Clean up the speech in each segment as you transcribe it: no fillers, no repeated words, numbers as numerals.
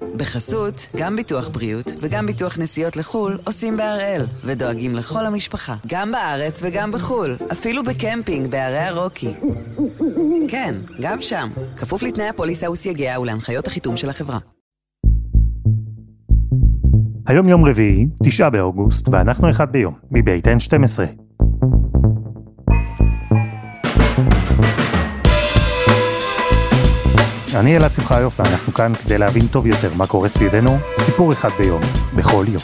בחסות, גם ביטוח בריאות וגם ביטוח נסיעות לחול עושים בהראל, ודואגים לכל המשפחה, גם בארץ וגם בחול, אפילו בקמפינג בערי הרוקי. כן, גם שם, כפוף לתנאי הפוליסה וסייגיה ולהנחיות החיתום של החברה. היום יום רביעי, 9 באוגוסט, ואנחנו אחד ביום, מבית N12. אני אלעד שמחיוף, ואנחנו כאן כדי להבין טוב יותר מה קורה סביבנו, סיפור אחד ביום, בכל יום.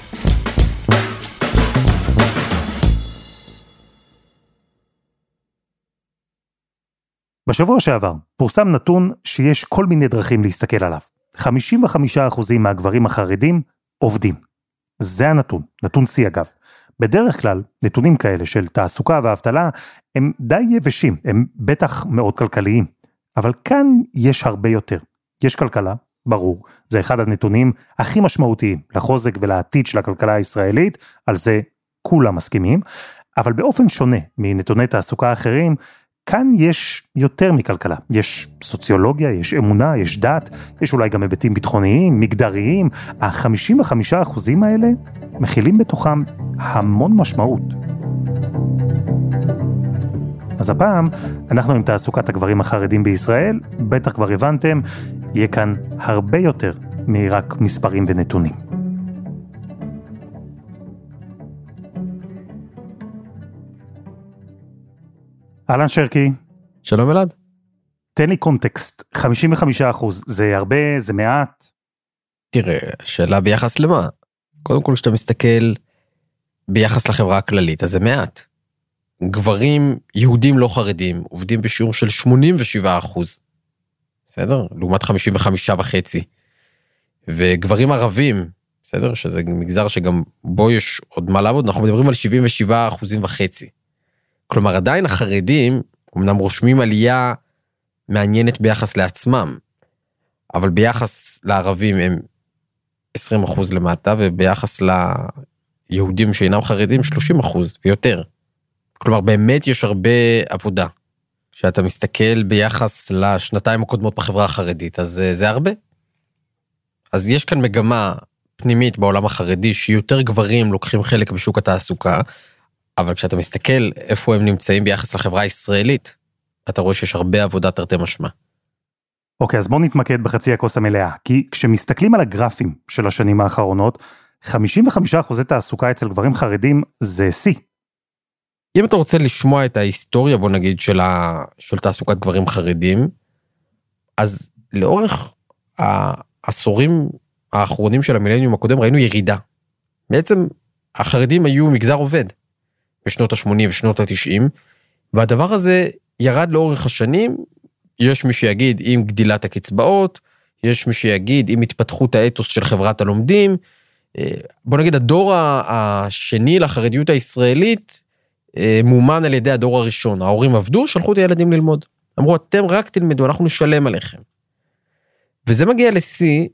בשבוע שעבר פורסם נתון שיש כל מיני דרכים להסתכל עליו. 55% מהגברים החרדים עובדים. זה הנתון, נתון שיא אגב. בדרך כלל, נתונים כאלה של תעסוקה ואבטלה הם די יבשים, הם בטח מאוד כלכליים. אבל כאן יש הרבה יותר. יש כלכלה, ברור, זה אחד הנתונים הכי משמעותיים לחוזק ולעתיד של הכלכלה הישראלית, על זה כולם מסכימים, אבל באופן שונה מנתוני תעסוקה אחרים, כאן יש יותר מכלכלה. יש סוציולוגיה, יש אמונה, יש דת, יש אולי גם היבטים ביטחוניים, מגדריים. ה-55% האלה מכילים בתוכם המון משמעות. אז הפעם אנחנו עם תעסוקת הגברים החרדים בישראל, בטח כבר הבנתם, יהיה כאן הרבה יותר מרק מספרים ונתונים. אהלן שרקי. שלום אלעד. תן לי קונטקסט, 55%, זה הרבה, זה מעט? תראה, שאלה ביחס למה? קודם כל כשאתה מסתכל ביחס לחברה הכללית, אז זה מעט. גברים יהודים לא חרדים עובדים בשיעור של 87%. בסדר? לעומת 55.5%. וגברים ערבים, בסדר? שזה מגזר שגם בו יש עוד מה לעבוד, אנחנו מדברים על 77.5%. כלומר, עדיין החרדים, אמנם רושמים עלייה מעניינת ביחס לעצמם, אבל ביחס לערבים הם 20% למטה, וביחס ליהודים שאינם חרדים 30% ויותר. כלומר, באמת יש הרבה עבודה. כשאתה מסתכל ביחס לשנתיים הקודמות בחברה החרדית, אז זה הרבה. אז יש כאן מגמה פנימית בעולם החרדי, שיותר גברים לוקחים חלק בשוק התעסוקה, אבל כשאתה מסתכל איפה הם נמצאים ביחס לחברה הישראלית, אתה רואה שיש הרבה עבודה תרתי משמע. אוקיי, אז בואו נתמקד בחצי הכוס המלאה, כי כשמסתכלים על הגרפים של השנים האחרונות, 55% תעסוקה אצל גברים חרדים זה שיא. אם אתה רוצה לשמוע את ההיסטוריה, בוא נגיד, של תעסוקת גברים חרדים, אז לאורך העשורים האחרונים של המילניום הקודם, ראינו ירידה. בעצם החרדים היו מגזר עובד, בשנות ה-80 ושנות ה-90, והדבר הזה ירד לאורך השנים, יש מי שיגיד עם גדילת הקצבאות, יש מי שיגיד עם התפתחות האתוס של חברת הלומדים, בוא נגיד הדור השני לחרדיות הישראלית, מומן על ידי הדור הראשון, ההורים עבדו, שלחו את הילדים ללמוד, אמרו אתם רק תלמדו, אנחנו נשלם עליכם, וזה מגיע לשיא,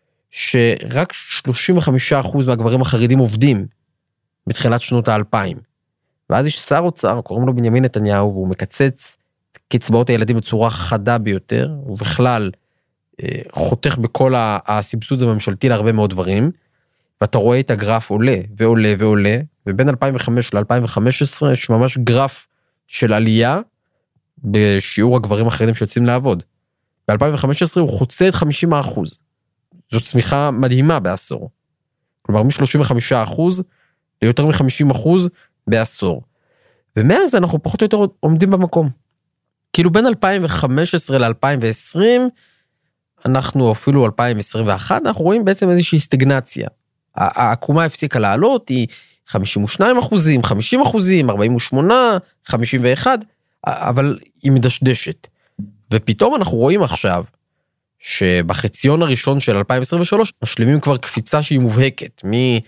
שרק 35% מהגברים החרדים עובדים, בתחילת שנות ה-2000, ואז יש שר אוצר, קוראים לו בנימין נתניהו, והוא מקצץ קצבאות הילדים בצורה חדה ביותר, ובכלל חותך בכל הסבסוד הממשלתי להרבה מאוד דברים, ואתה רואה את הגרף עולה ועולה ועולה, ובין 2005 ל-2015 יש ממש גרף של עלייה, בשיעור הגברים החרדים שיוצאים לעבוד. ב-2015 הוא חוצה את 50%. זו צמיחה מדהימה בעשור. כלומר, מ-35% ליותר מ-50% בעשור. ומאז אנחנו פחות או יותר עומדים במקום. כאילו בין 2015 ל-2020, אנחנו אפילו 2021, אנחנו רואים בעצם איזושהי סטגנציה. העקומה הפסיקה לעלות, היא 52%, 50%, 48%, 51%, אבל היא מדשדשת. ופתאום אנחנו רואים עכשיו, שבחציון הראשון של 2023, משלימים כבר קפיצה שהיא מובהקת,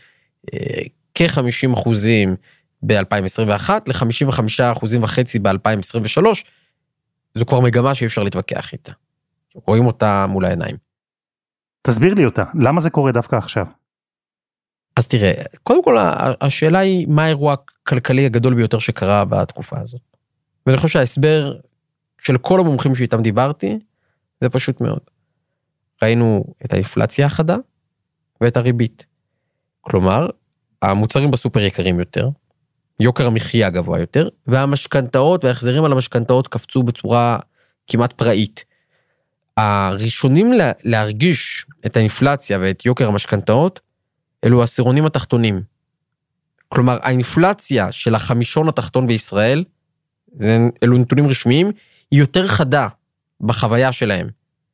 מכ-50% ב-2021, ל-55.5% ב-2023, זו כבר מגמה שאי אפשר להתווכח איתה. רואים אותה מול העיניים. תסביר לי אותה, למה זה קורה דווקא עכשיו? אז תראה, קודם כל השאלה היא, מה האירוע הכלכלי הגדול ביותר שקרה בתקופה הזאת? ואני חושב שההסבר של כל המומחים שאיתם דיברתי, זה פשוט מאוד. ראינו את האינפלציה החדה, ואת הריבית. כלומר, המוצרים בסופר יקרים יותר, יוקר המחיה גבוה יותר, והמשכנתאות וההחזרים על המשכנתאות קפצו בצורה כמעט פראית. הראשונים להרגיש את האינפלציה ואת יוקר המשכנתאות, אלו העשירונים התחתונים. כלומר, האינפלציה של החמישון התחתון בישראל, אלו נתונים רשמיים, היא יותר חדה בחוויה שלהם.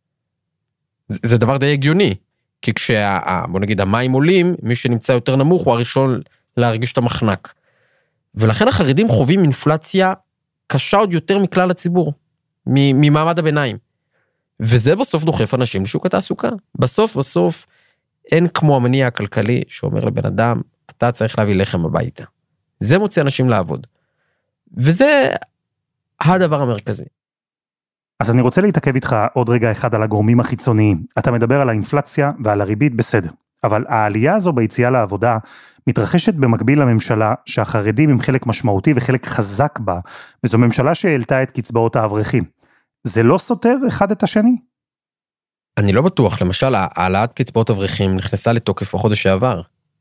זה דבר די הגיוני, כי בוא נגיד, המים עולים, מי שנמצא יותר נמוך הוא הראשון להרגיש את המחנק. ולכן החרדים חווים אינפלציה קשה עוד יותר מכלל הציבור, ממעמד הביניים. וזה בסוף דוחף אנשים לשוק התעסוקה. בסוף, אין כמו המניע הכלכלי שאומר לבן אדם, אתה צריך להביא לחם הביתה. זה מוצא אנשים לעבוד. וזה הדבר המרכזי. אז אני רוצה להתעכב איתך עוד רגע אחד על הגורמים החיצוניים. אתה מדבר על האינפלציה ועל הריבית, בסדר. אבל העלייה הזו ביציאה לעבודה מתרחשת במקביל לממשלה שהחרדים הם חלק משמעותי וחלק חזק בה, וזו ממשלה שהעלתה את קצבאות האברכים. זה לא סותר אחד את השני? אני לא בטוח, למשל, העלאת קצבאות אברכים נכנסה לתוקף בחודש שעבר.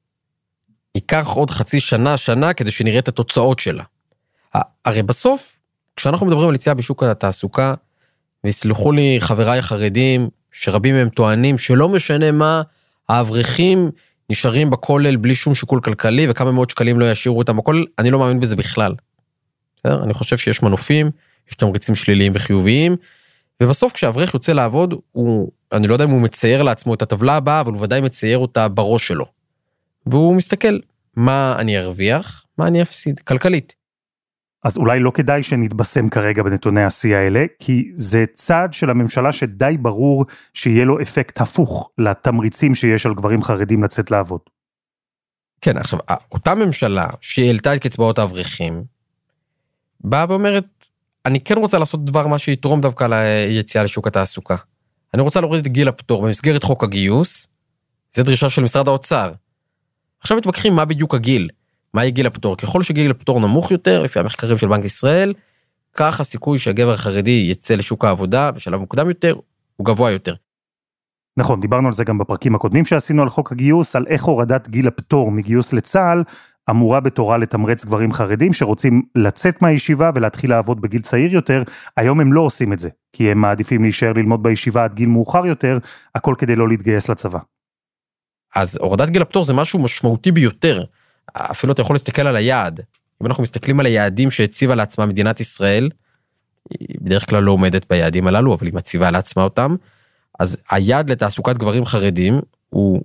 ייקח עוד חצי שנה כדי שנראה את התוצאות שלה. הרי בסוף, כשאנחנו מדברים על יציאה בשוק התעסוקה, ויסלחו לי חבריי החרדים, שרבים מהם טוענים שלא משנה מה, האברכים נשארים בכולל בלי שום שיקול כלכלי, וכמה מאות שקלים לא ישאירו אותם בכולל, אני לא מאמין בזה בכלל. בסדר? אני חושב שיש מנופים, יש תמריצים שליליים וחיוביים, ובסוף כשהאברך יוצא לעבוד, אני לא יודע אם הוא מצייר לעצמו את הטבלה הבאה, אבל הוא ודאי מצייר אותה בראש שלו. והוא מסתכל, מה אני ארוויח, מה אני אפסיד, כלכלית. אז אולי לא כדאי שנתבשם כרגע בנתוני השיא האלה, כי זה צעד של הממשלה שדי ברור שיהיה לו אפקט הפוך לתמריצים שיש על גברים חרדים לצאת לעבוד. כן, עכשיו, אותה ממשלה שהעלתה את קצבאות האברכים, באה ואומרת, אני כן רוצה לעשות דבר מה שיתרום דווקא ליציאה לשוק התעסוקה. אני רוצה להוריד את גיל הפטור במסגרת חוק הגיוס, זו דרישה של משרד האוצר. עכשיו מתווכחים מה בדיוק הגיל, מה יהיה גיל הפטור. ככל שגיל הפטור נמוך יותר, לפי המחקרים של בנק ישראל, כך הסיכוי שהגבר החרדי יצא לשוק העבודה בשלב מוקדם יותר, הוא גבוה יותר. נכון, דיברנו על זה גם בפרקים הקודמים שעשינו על חוק הגיוס, על איך הורדת גיל הפטור מגיוס לצה"ל, אמורה בתורה לתמרץ גברים חרדים שרוצים לצאת מהישיבה ולהתחיל לעבוד בגיל צעיר יותר. היום הם לא עושים את זה, כי הם מעדיפים להישאר ללמוד בישיבה עד גיל מאוחר יותר, הכל כדי לא להתגייס לצבא. אז הורדת גיל הפטור זה משהו משמעותי ביותר. אפילו אתה יכול להסתכל על היעד. אם אנחנו מסתכלים על היעדים שהציבה לעצמה מדינת ישראל, היא בדרך כלל לא עומדת ביעדים הללו, אבל היא מציבה לעצמה אותם, אז היעד לתעסוקת גברים חרדים הוא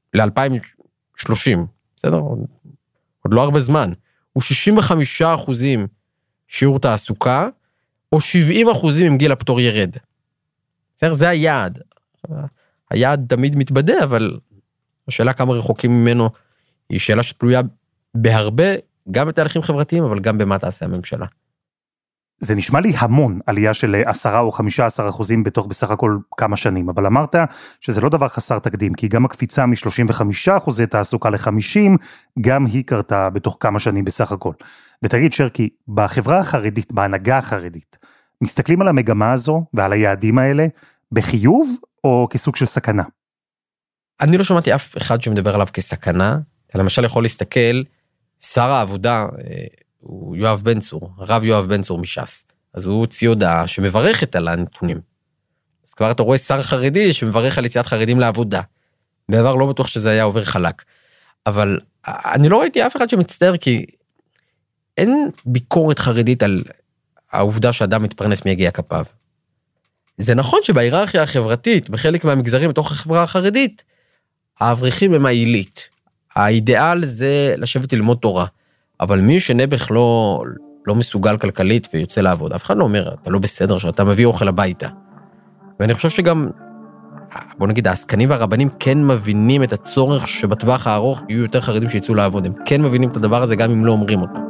ל-2030, בסדר? עוד לא הרבה זמן. הוא 65% שיעור תעסוקה, או 70% אם גיל הפטור ירד. בסדר? זה היעד. היעד תמיד מתבדה, אבל השאלה כמה רחוקים ממנו, היא שאלה שתלויה בהרבה, גם בתהליכים חברתיים, אבל גם במה תעשה הממשלה. זה נשמע לי המון עלייה של 10 או 15% בתוך בסך הכל כמה שנים, אבל אמרת שזה לא דבר חסר תקדים, כי גם הקפיצה מ-35% תעסוקה ל-50, גם היא קרתה בתוך כמה שנים בסך הכל. ותגיד שרקי, בחברה החרדית, בהנהגה החרדית, מסתכלים על המגמה הזו ועל היעדים האלה בחיוב או כסוג של סכנה? אני לא שמעתי אף אחד שמדבר עליו כסכנה, למשל יכול להסתכל, שר העבודה הוא יואב בן צור, הרב יואב בן צור מש"ס, אז הוא הוציא הודעה שמברכת על הנתונים. אז כבר אתה רואה שר חרדי שמברך על יציאת חרדים לעבודה. בעבר לא בטוח שזה היה עובר חלק. אבל אני לא ראיתי אף אחד שמצטער, כי אין ביקורת חרדית על העובדה שאדם מתפרנס מיגיע כפיו. זה נכון שבהיררכיה החברתית, בחלק מהמגזרים בתוך החברה החרדית, האברכים הם העילית. האידיאל זה לשבת ללמוד תורה. אבל מי שנבח לא מסוגל כלכלית ויוצא לעבוד, אף אחד לא אומר, אתה לא בסדר שאתה מביא אוכל הביתה. ואני חושב שגם, בוא נגיד, העסקנים והרבנים כן מבינים את הצורך שבטווח הארוך יהיו יותר חרדים שיצאו לעבוד. הם כן מבינים את הדבר הזה גם אם לא אומרים אותו.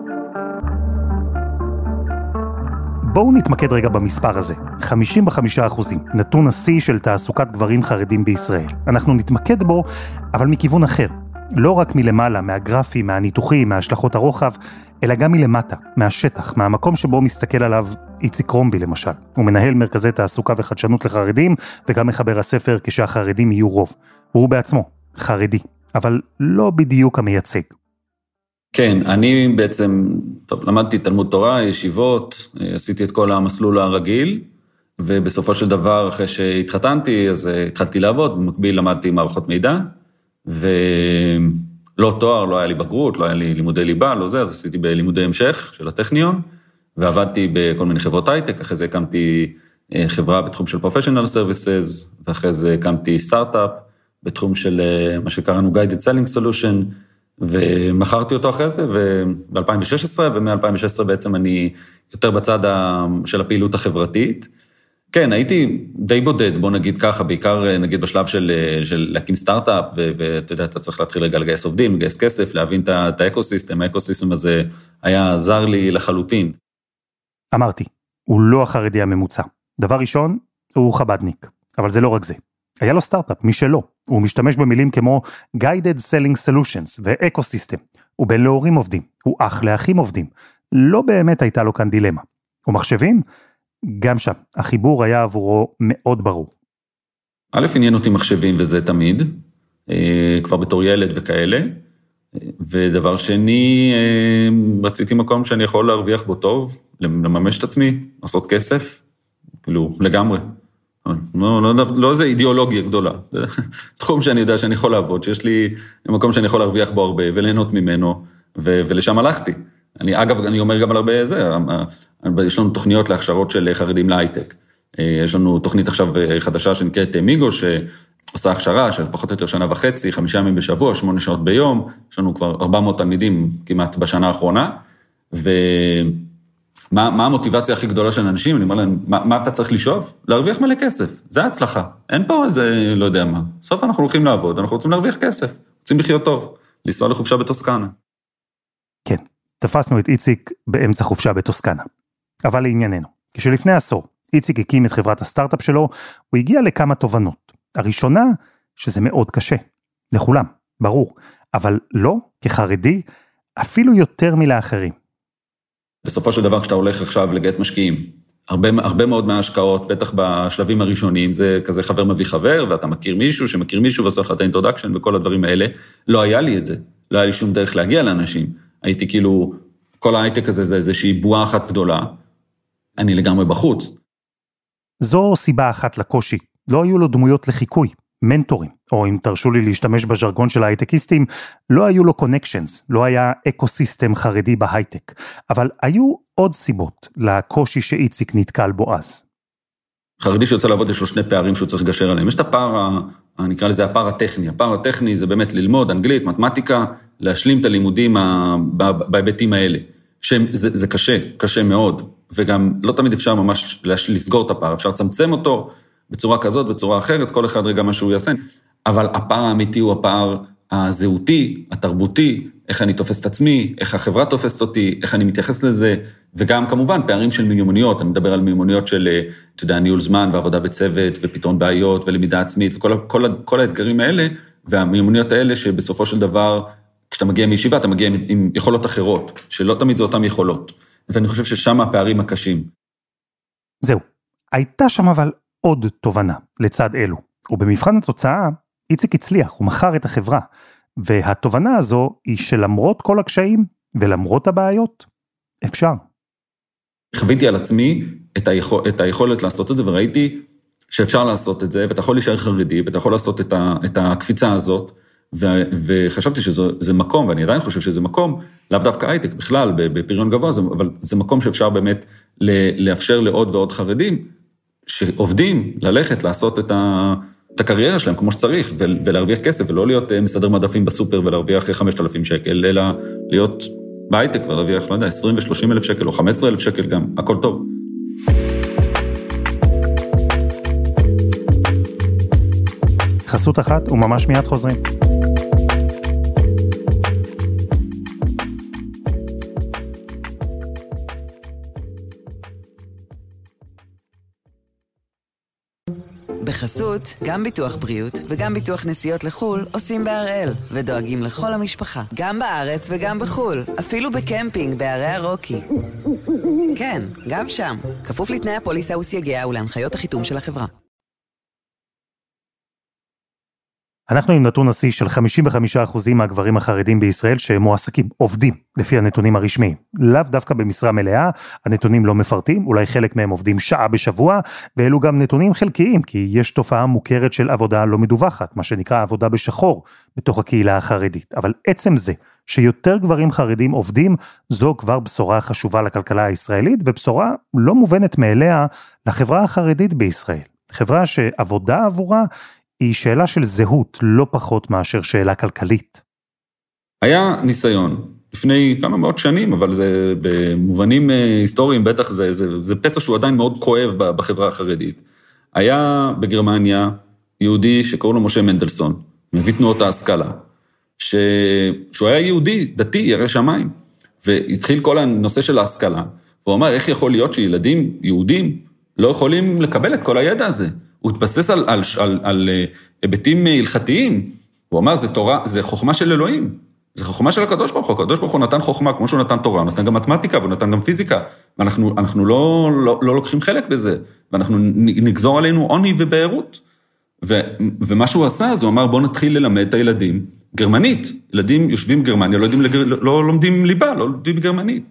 בואו נתמקד רגע במספר הזה, 55%, נתון השיא של תעסוקת גברים חרדים בישראל. אנחנו נתמקד בו, אבל מכיוון אחר. לא רק מלמעלה, מהגרפים, מהניתוחים, מהשלכות הרוחב, אלא גם מלמטה, מהשטח, מהמקום שבו מסתכל עליו איציק קרומבי למשל. הוא מנהל מרכזי תעסוקה וחדשנות לחרדים, וגם מחבר הספר כשהחרדים יהיו רוב. הוא בעצמו חרדי, אבל לא בדיוק המייצג. כן, אני בעצם, למדתי תלמוד תורה, ישיבות, עשיתי את כל המסלול הרגיל, ובסופו של דבר, אחרי שהתחתנתי, אז התחלתי לעבוד, במקביל למדתי מערכות מידע, ולא תואר, לא היה לי בגרות, לא היה לי לימודי ליבה, לא זה, אז עשיתי בלימודי המשך של הטכניון, ועבדתי בכל מיני חברות הייטק, אחרי זה הקמתי חברה בתחום של Professional Services, ואחרי זה הקמתי סטארט-אפ, בתחום של מה שקראנו Guided Selling Solution, ומכרתי אותו אחרי זה, ב-2016, ומ-2016 בעצם אני יותר בצד של הפעילות החברתית. כן, הייתי די בודד, בוא נגיד ככה, בעיקר נגיד בשלב של להקים סטארט-אפ, ואתה יודע, אתה צריך להתחיל רגע לגייס עובדים, לגייס כסף, להבין את האקוסיסטם, האקוסיסטם הזה היה עזר לי לחלוטין. אמרתי, הוא לא החרדי הממוצע. דבר ראשון, הוא חבדניק, אבל זה לא רק זה. היה לו סטארט-אפ, משלו. הוא משתמש במילים כמו Guided Selling Solutions ו-Ecosystem. הוא בן להורים עובדים, הוא אח לאחים עובדים. לא באמת הייתה לו כאן דילמה. ומחשבים? גם שם, החיבור היה עבורו מאוד ברור. א', עניין אותי מחשבים וזה תמיד, כבר בתור ילד וכאלה, ודבר שני, רציתי מקום שאני יכול להרוויח בו טוב, לממש את עצמי, לעשות כסף, כאילו, לגמרי. לא איזה אידיאולוגיה גדולה, תחום שאני יודע שאני יכול לעבוד, שיש לי מקום שאני יכול להרוויח בו הרבה וליהנות ממנו, ולשם הלכתי. אגב, אני אומר גם על הרבה זה, יש לנו תוכניות להכשרות של חרדים להייטק. יש לנו תוכנית עכשיו חדשה שנקראת מיגו, שעושה הכשרה של פחות או יותר שנה וחצי, 5 ימים בשבוע, 8 שעות ביום, יש לנו כבר 400 תלמידים כמעט בשנה האחרונה, מה המוטיבציה הכי גדולה של אנשים? אני אומר להם, מה אתה צריך לשאוף? להרוויח מלא כסף, זה ההצלחה. אין פה איזה, לא יודע מה. בסוף אנחנו הולכים לעבוד, אנחנו רוצים להרוויח כסף, רוצים לחיות טוב, לנסוע לחופשה בטוסקנה. כן, תפסנו את איציק באמצע חופשה בטוסקנה. אבל לענייננו, כשלפני עשור, איציק הקים את חברת הסטארט-אפ שלו, הוא הגיע לכמה תובנות. הראשונה, שזה מאוד קשה. לכולם, ברור. אבל לא, כחרדי, אפילו יותר מלאחרים. בסופו של דבר, כשאתה הולך עכשיו לגייס משקיעים, הרבה מאוד מההשקעות, בטח בשלבים הראשונים, זה כזה חבר מביא חבר, ואתה מכיר מישהו שמכיר מישהו, ועושה לך את האינטרודקשן וכל הדברים האלה. לא היה לי את זה. לא היה לי שום דרך להגיע לאנשים. הייתי כאילו, כל ההייטק הזה זה איזושהי בועה אחת גדולה. אני לגמרי בחוץ. זו סיבה אחת לקושי. לא היו לו דמויות לחיקוי, מנטורים, או אם תרשו לי להשתמש בז'רגון של ההייטקיסטים, לא היו לו קונקשנס, לא היה אקוסיסטם חרדי בהייטק, אבל היו עוד סיבות לקושי שאיציק נתקל בו אז. חרדי שיוצא לעבוד יש לו 2 פערים שהוא צריך לגשר עליהם. יש את הפער, נקרא לזה הפער הטכני. הפער הטכני זה באמת ללמוד אנגלית, מתמטיקה, להשלים את הלימודים בהיבטים האלה. זה קשה, קשה מאוד, וגם לא תמיד אפשר ממש לסגור את הפער, אפשר לצמצם אותו בצורה כזאת, בצורה אחרת, כל אחד רגע מה שהוא יעשה, אבל הפער האמיתי הוא הפער הזהותי, התרבותי, איך אני תופס את עצמי, איך החברה תופסת אותי, איך אני מתייחס לזה, וגם כמובן פערים של מיומנויות, אני מדבר על מיומנויות של, אתה יודע, ניהול זמן ועבודה בצוות ופתרון בעיות ולמידה עצמית, וכל האתגרים האלה, והמיומנויות האלה שבסופו של דבר, כשאתה מגיע מישיבה, אתה מגיע עם יכולות אחרות, שלא תמיד זה אותם יכולות, ואני חושב ששם הפערים הקשים. זהו, הייתה שם אבל עוד תובנה לצד אלו, ובמבחן התוצאה, איציק הצליח, הוא מכר את החברה, והתובנה הזו היא שלמרות כל הקשיים, ולמרות הבעיות, אפשר. חוויתי על עצמי את היכולת לעשות את זה, וראיתי שאפשר לעשות את זה, ואתה יכול להישאר חרדי, ואתה יכול לעשות את הקפיצה הזאת, וחשבתי שזה מקום, ואני עדיין חושב שזה מקום, לאו דווקא הייטק בכלל, בפריון גבוה, אבל זה מקום שאפשר באמת לאפשר לעוד ועוד חרדים, שעובדים ללכת לעשות את הקריירה שלהם כמו שצריך, ולהרוויח כסף, ולא להיות מסדר מדפים בסופר, ולהרוויח 5,000 שקל, אלא להיות בהייטק, ולהרוויח, לא יודע, 20 ו-30 אלף שקל, או 15,000 שקל גם, הכל טוב. חסות אחת, וממש מיד חוזרים. בחסות, גם ביטוח בריאות וגם ביטוח נסיעות לחול עושים בהראל, ודואגים לכל המשפחה, גם בארץ וגם בחול, אפילו בקמפינג בערי הרוקי. כן, גם שם, כפוף לתנאי הפוליסה וסייגיה ולהנחיות החיתום של החברה. אנחנו עם נתון השיא של 55% מהגברים החרדים בישראל שמועסקים, עובדים, לפי הנתונים הרשמיים. לאו דווקא במשרה מלאה, הנתונים לא מפרטים, אולי חלק מהם עובדים שעה בשבוע, ואלו גם נתונים חלקיים, כי יש תופעה מוכרת של עבודה לא מדווחת, מה שנקרא עבודה בשחור, בתוך הקהילה החרדית. אבל עצם זה, שיותר גברים חרדים עובדים, זו כבר בשורה חשובה לכלכלה הישראלית, ובשורה לא מובנת מאליה לחברה החרדית בישראל. חברה שעבודה עבורה היא שאלה של זהות, לא פחות מאשר שאלה כלכלית. היה ניסיון, לפני כמה מאות שנים, אבל זה במובנים היסטוריים, בטח זה פצע שהוא עדיין מאוד כואב בחברה החרדית. היה בגרמניה יהודי שקוראים לו משה מנדלסון, מביא תנועות ההשכלה, שהוא היה יהודי, דתי, ירא שמיים, והתחיל כל הנושא של ההשכלה, והוא אמר, איך יכול להיות שילדים יהודים לא יכולים לקבל את כל הידע הזה? הוא התבסס על היבטים הלכתיים, הוא אמר, זה תורה, זה חוכמה של אלוהים, זה חוכמה של הקדוש ברוך הוא, הקדוש ברוך הוא נתן חוכמה, כמו שהוא נתן תורה, הוא נתן גם מתמטיקה, והוא נתן גם פיזיקה, ואנחנו לא לוקחים חלק בזה, ואנחנו נגזור עלינו עוני ובעירות, ומה שהוא עשה, אז הוא אמר, בוא נתחיל ללמד את הילדים גרמנית, ילדים יושבים בגרמניה, לא לומדים ליבה, לא לומדים גרמנית,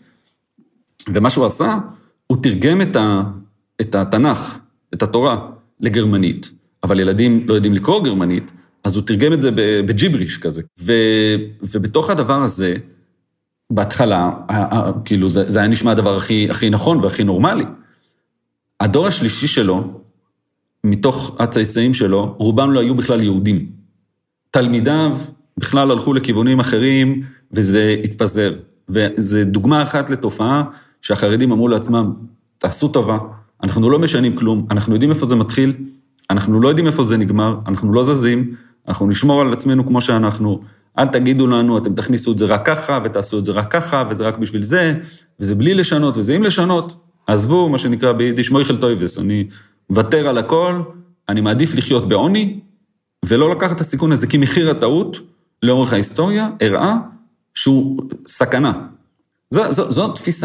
ומה שהוא עשה, הוא תרגם את התנ"ך, את התורה, לגרמנית, אבל ילדים לא יודעים לקרוא גרמנית, אז הוא תרגם את זה בג'יבריש כזה. ובתוך הדבר הזה, בהתחלה, כאילו זה היה נשמע הדבר הכי נכון והכי נורמלי. הדור השלישי שלו, מתוך הצאצאים שלו, רובם לא היו בכלל יהודים. תלמידיו בכלל הלכו לכיוונים אחרים, וזה התפזר. וזה דוגמה אחת לתופעה שהחרדים אמרו לעצמם, תעשו טובה, אנחנו לא משנים כלום, אנחנו יודעים איפה זה מתחיל, אנחנו לא יודעים איפה זה נגמר, אנחנו לא זזים, אנחנו נשמור על עצמנו כמו שאנחנו, אל תגידו לנו, אתם תכניסו את זה רק ככה, ותעשו את זה רק ככה, וזה רק בשביל זה, וזה בלי לשנות, וזה עם לשנות, עזבו, מה שנקרא ביידיש, מויכל טויבס, אני מוותר על הכל, אני מעדיף לחיות בעוני, ולא לקחת את הסיכון הזה, כי מחיר הטעות, לאורך ההיסטוריה, הראה שהוא סכנה. זו תפיסה.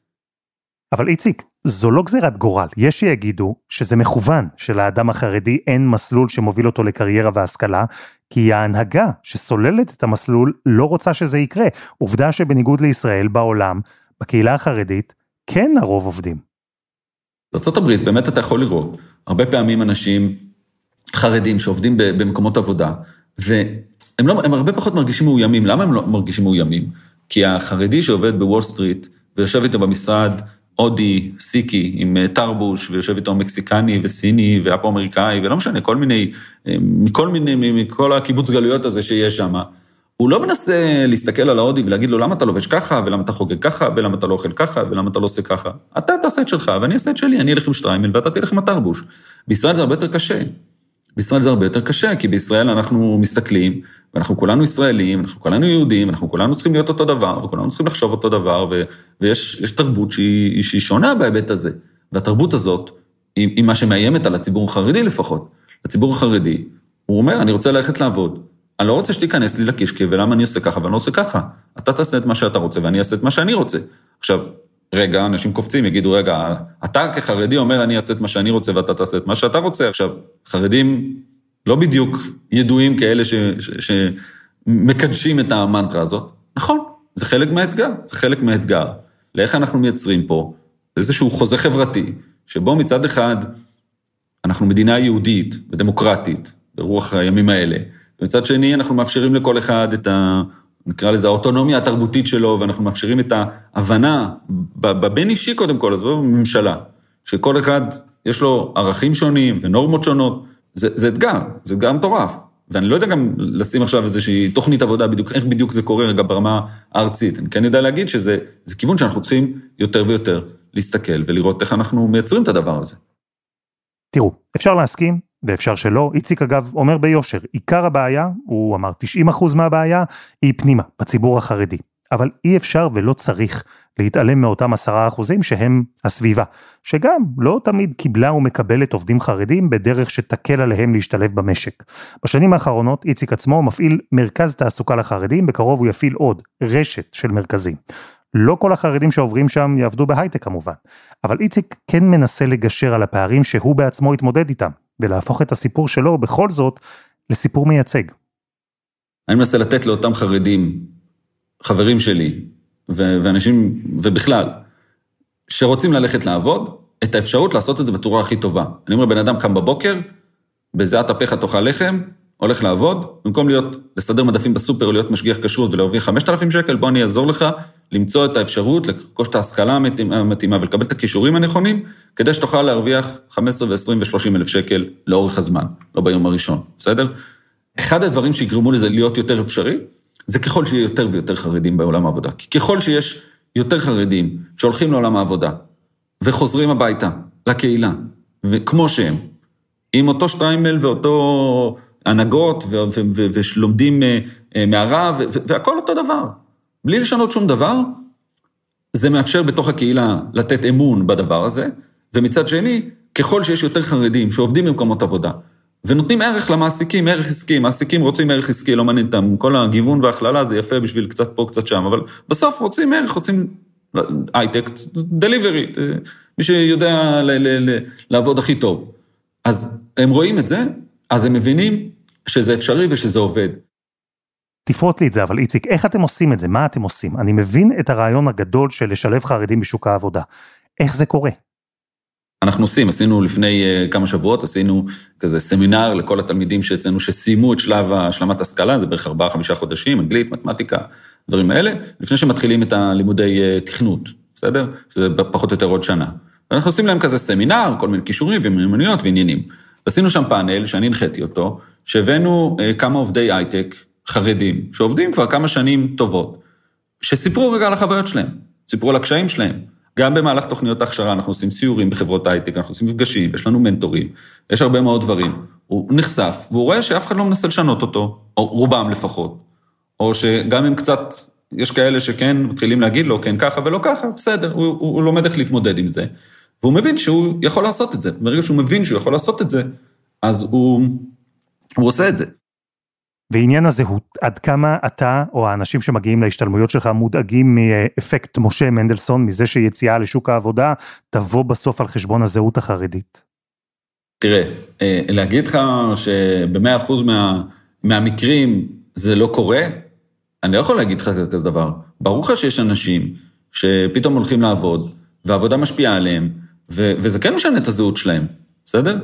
אבל איציק, זו לא גזירת גורל. יש שיגידו שזה מכוון שלאדם החרדי אין מסלול שמוביל אותו לקריירה והשכלה, כי ההנהגה שסוללת את המסלול לא רוצה שזה יקרה. עובדה שבניגוד לישראל בעולם, בקהילה החרדית, כן הרוב עובדים. בארצות הברית באמת אתה יכול לראות, הרבה פעמים אנשים חרדים שעובדים במקומות עבודה, והם הרבה פחות מרגישים מאוימים. למה הם לא מרגישים מאוימים? כי החרדי שעובד בוול סטריט, ויושב איתו במשרד, אודי, סיקי, עם טרבוש, ויושב איתו מקסיקני וסיני, ואפו-אמריקאי, ולא משנה, מכל הקיבוץ גלויות הזה שיש שם, הוא לא מנסה להסתכל על האודי ולהגיד לו, למה אתה לובש ככה, ולמה אתה חוגג ככה, ולמה אתה לא אוכל ככה, ולמה אתה לא עושה ככה. אתה תעשה את שלך, ואני אעשה את שלי, אני אלך עם שטריימל, ואתה תלך עם הטרבוש. בישראל זה הרבה יותר קשה. בישראל זה הרבה יותר קשה, כי בישראל אנחנו מסתכלים, ואנחנו כולנו ישראלים, אנחנו כולנו יהודים, אנחנו כולנו צריכים להיות אותו דבר, וכולנו צריכים לחשוב אותו דבר, ויש תרבות שהיא שונה בהיבט הזה. והתרבות הזאת, היא מה שמאיימת על הציבור החרדי לפחות. הציבור החרדי, הוא אומר, אני רוצה ללכת לעבוד. אני לא רוצה שתיכנס לי לקישקע, ולמה אני עושה ככה, ואני לא עושה ככה. אתה תעשה את מה שאתה רוצה, ואני אעשה את מה שאני רוצה. עכשיו, רגע, אנשים קופצים, יגידו, רגע, אתה כחרדי אומר, אני אעשה את מה שאני רוצה, ואתה תעשה את מה שאתה רוצה. עכשיו, חרדים לא בדיוק ידועים כאלה שמקדשים את המנטרה הזאת. נכון, זה חלק מהאתגר, זה חלק מהאתגר. לאיך אנחנו מייצרים פה איזשהו חוזה חברתי, שבו מצד אחד אנחנו מדינה יהודית ודמוקרטית, ברוח הימים האלה, ומצד שני אנחנו מאפשרים לכל אחד את נקרא לזה האוטונומיה התרבותית שלו, ואנחנו מאפשרים את ההבנה, בבין אישי קודם כל, זו ממשלה, שכל אחד יש לו ערכים שונים ונורמות שונות, זה אתגר, זה אתגר מטורף, ואני לא יודע גם לשים עכשיו איזושהי תוכנית עבודה, איך בדיוק זה קורה רגע ברמה הארצית, אני כן יודע להגיד שזה כיוון שאנחנו צריכים יותר ויותר להסתכל, ולראות איך אנחנו מייצרים את הדבר הזה. תראו, אפשר להסכים, ואפשר שלא. איציק אגב אומר ביושר, עיקר הבעיה, הוא אמר 90% מהבעיה, היא פנימה, בציבור החרדי. אבל אי אפשר ולא צריך להתעלם מאותם 10% שהם הסביבה, שגם לא תמיד קיבלה ומקבלת עובדים חרדים בדרך שתקל עליהם להשתלב במשק. בשנים האחרונות איציק עצמו מפעיל מרכז תעסוקה לחרדים, בקרוב הוא יפעיל עוד רשת של מרכזים. לא כל החרדים שעוברים שם יעבדו בהייטק כמובן, אבל איציק כן מנסה לגשר על הפערים שהוא בעצמו התמודד איתם, ולהפוך את הסיפור שלו בכל זאת לסיפור מייצג. אני מנסה לתת לאותם חרדים, חברים שלי, ואנשים, ובכלל, שרוצים ללכת לעבוד, את האפשרות לעשות את זה בצורה הכי טובה. אני אומר, בן אדם קם בבוקר, בזיעת אפיך תאכל לחם, הולך לעבוד, במקום לסדר מדפים בסופר, או להיות משגיח כשרות ולהרוויח 5,000 שקל, בוא אני אעזור לך למצוא את האפשרות, לקוש את ההשכלה המתאימה, ולקבל את הכישורים הנכונים, כדי שתוכל להרוויח 15 ו-20 ו-30 אלף שקל לאורך הזמן, לא ביום הראשון, בסדר? אחד הדברים שיגרמו לזה להיות יותר אפשרי, זה ככל שיהיה יותר ויותר חרדים בעולם העבודה. כי ככל שיש יותר חרדים שהולכים לעולם העבודה, וחוזרים הביתה, לקהילה, וכמו שהם, עם אותו שטריימל ואותו הנהגות, ולומדים מהרב, והכל אותו דבר. בלי לשנות שום דבר, זה מאפשר בתוך הקהילה לתת אמון בדבר הזה, ומצד שני, ככל שיש יותר חרדים שעובדים במקומות עבודה, ונותנים ערך למעסיקים, ערך עסקי, מעסיקים רוצים ערך עסקי, לא מעניין אותם, כל הגיוון וההכללה זה יפה בשביל קצת פה, קצת שם, אבל בסוף רוצים ערך, רוצים הייטק, דליברי, מי שיודע לעבוד הכי טוב. אז הם רואים את זה, אז הם מבינים שזה אפשרי ושזה עובד. תפרוט לי את זה, אבל איציק, איך אתם עושים את זה? מה אתם עושים? אני מבין את הרעיון הגדול של לשלב חרדים בשוק העבודה. איך זה קורה? אנחנו עשינו לפני כמה שבועות, עשינו כזה סמינר לכל התלמידים שאצלנו שסיימו את שלב השלמת השכלה, זה בערך 4-5 חודשים, אנגלית, מתמטיקה, דברים האלה, לפני שמתחילים את הלימודי תכנות, בסדר? שזה פחות או יותר עוד שנה. ואנחנו עושים להם כזה סמינר, כל מיני קישורים ומיומנויות ועניינים. עשינו שם פאנל, שאני הנחיתי אותו, שהבאנו כמה עובדי הייטק חרדים, שעובדים כבר כמה שנים טובות, שסיפרו רגע על החוויות שלהם, סיפרו על הקשיים שלהם. גם במהלך תוכניות ההכשרה, אנחנו עושים סיורים בחברות הייטק, אנחנו עושים מפגשים, יש לנו מנטורים, יש הרבה מאוד דברים. הוא נחשף, והוא רואה שאף אחד לא מנסה לשנות אותו, או רובם לפחות. או שגם אם קצת, יש כאלה שכן מתחילים להגיד לו, כן ככה ולא ככה, בסדר, הוא לומד איך להתמודד עם זה. והוא מבין שהוא יכול לעשות את זה. ברגע שהוא מבין שהוא יכול לעשות את זה, אז הוא עושה את זה. ועניין הזהות, עד כמה אתה או האנשים שמגיעים להשתלמויות שלך מודאגים מאפקט משה מנדלסון, מזה שיציאה לשוק העבודה תבוא בסוף על חשבון הזהות החרדית? תראה, להגיד לך שב100% מהמקרים זה לא קורה, אני לא יכול להגיד לך כזה דבר. ברור לך שיש אנשים שפתאום הולכים לעבוד, והעבודה משפיעה עליהם, וזה כן משנה את הזהות שלהם, בסדר?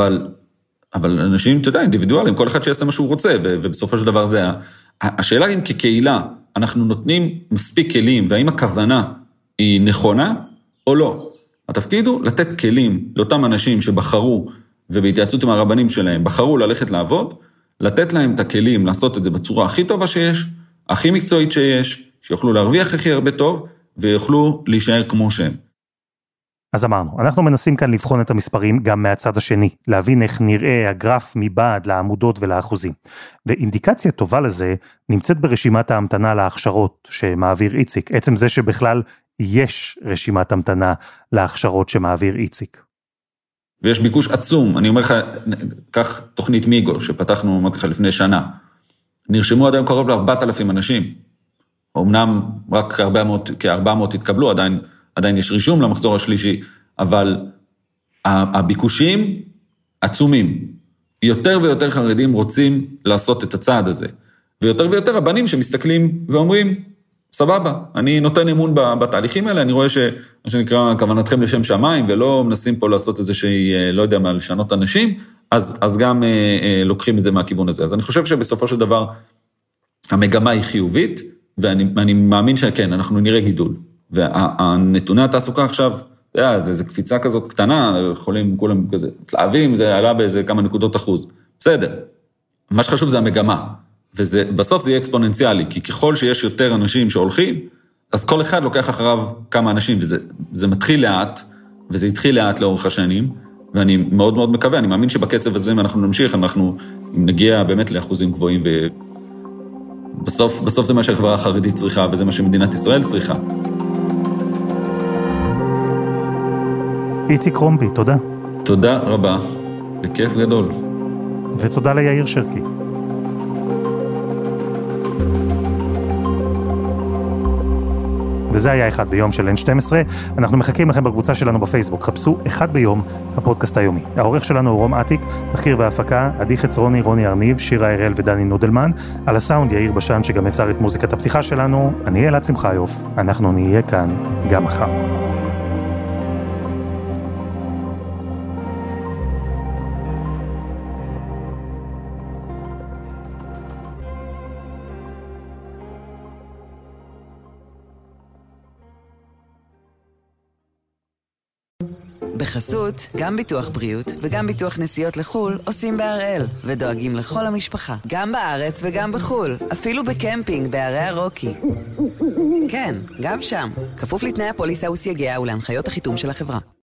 אבל אנשים, אתה יודע, אינדיבידואלים, כל אחד שיעשה מה שהוא רוצה, ובסופו של דבר זה, השאלה אם כקהילה אנחנו נותנים מספיק כלים, והאם הכוונה היא נכונה או לא. התפקיד הוא לתת כלים לאותם אנשים שבחרו, ובהתייעצות עם הרבנים שלהם, בחרו ללכת לעבוד, לתת להם את הכלים לעשות את זה בצורה הכי טובה שיש, הכי מקצועית שיש, שיוכלו להרוויח הכי הרבה טוב, ויוכלו להישאר כמו שהם. אז אמרנו, אנחנו מנסים כאן לבחון את המספרים גם מהצד השני, להבין איך נראה הגרף מבעד לעמודות ולאחוזים. ואינדיקציה טובה לזה נמצאת ברשימת ההמתנה להכשרות שמעביר איציק, עצם זה שבכלל יש רשימת המתנה להכשרות שמעביר איציק. ויש ביקוש עצום, אני אומר לך, כך תוכנית מיגו שפתחנו, אמרתי לך, לפני שנה, נרשמו עד היום קרוב ל4,000 אנשים, אמנם רק כ400 התקבלו, עדיין יש רישום למחזור השלישי, אבל הביקושים עצומים. יותר ויותר חרדים רוצים לעשות את הצעד הזה. ויותר ויותר הבנים שמסתכלים ואומרים, סבבה, אני נותן אמון בתהליכים האלה, אני רואה מה שנקרא כוונתכם לשם שמיים, ולא מנסים פה לעשות איזה שהיא, לא יודע מה, לשנות אנשים, אז גם לוקחים את זה מהכיוון הזה. אז אני חושב שבסופו של דבר, המגמה היא חיובית, ואני מאמין שכן, אנחנו נראה גידול. והנתוני התעסוקה עכשיו, זה קפיצה כזאת קטנה, יכולים כולם כזה, תלהבים, זה עלה באיזה כמה נקודות אחוז. בסדר. מה שחשוב זה המגמה. ובסוף זה יהיה אקספוננציאלי, כי ככל שיש יותר אנשים שהולכים, אז כל אחד לוקח אחריו כמה אנשים, וזה מתחיל לאט, וזה התחיל לאט לאורך השנים, ואני מאוד מאוד מקווה, אני מאמין שבקצב הזה, אם אנחנו נמשיך, אנחנו נגיע באמת לאחוזים גבוהים, ובסוף זה מה שהחברה החרדית צריכה, וזה מה שמדינת ישראל צריכה. איציק רומבי, תודה. תודה רבה, בכיף גדול. ותודה ליאיר שרקי. וזה היה אחד ביום של N12. אנחנו מחכים לכם בקבוצה שלנו בפייסבוק. חפשו אחד ביום, הפודקאסט היומי. העורך שלנו הוא רום עתיק, תחקיר והפקה, עדי חצרוני, רוני ארניב, שירה הראל ודני נודלמן. על הסאונד יאיר בשן שגם יצר את מוזיקת הפתיחה שלנו. אני אלעד שמחיוף, אנחנו נהיה כאן גם מחר. בחסות, גם ביטוח בריאות וגם ביטוח נסיעות לחול עושים בהראל ודואגים לכל המשפחה, גם בארץ וגם בחול, אפילו בקמפינג בערי הרוקי. כן, גם שם, כפוף לתנאי הפוליסה וסייגיה ולהנחיות החיתום של החברה.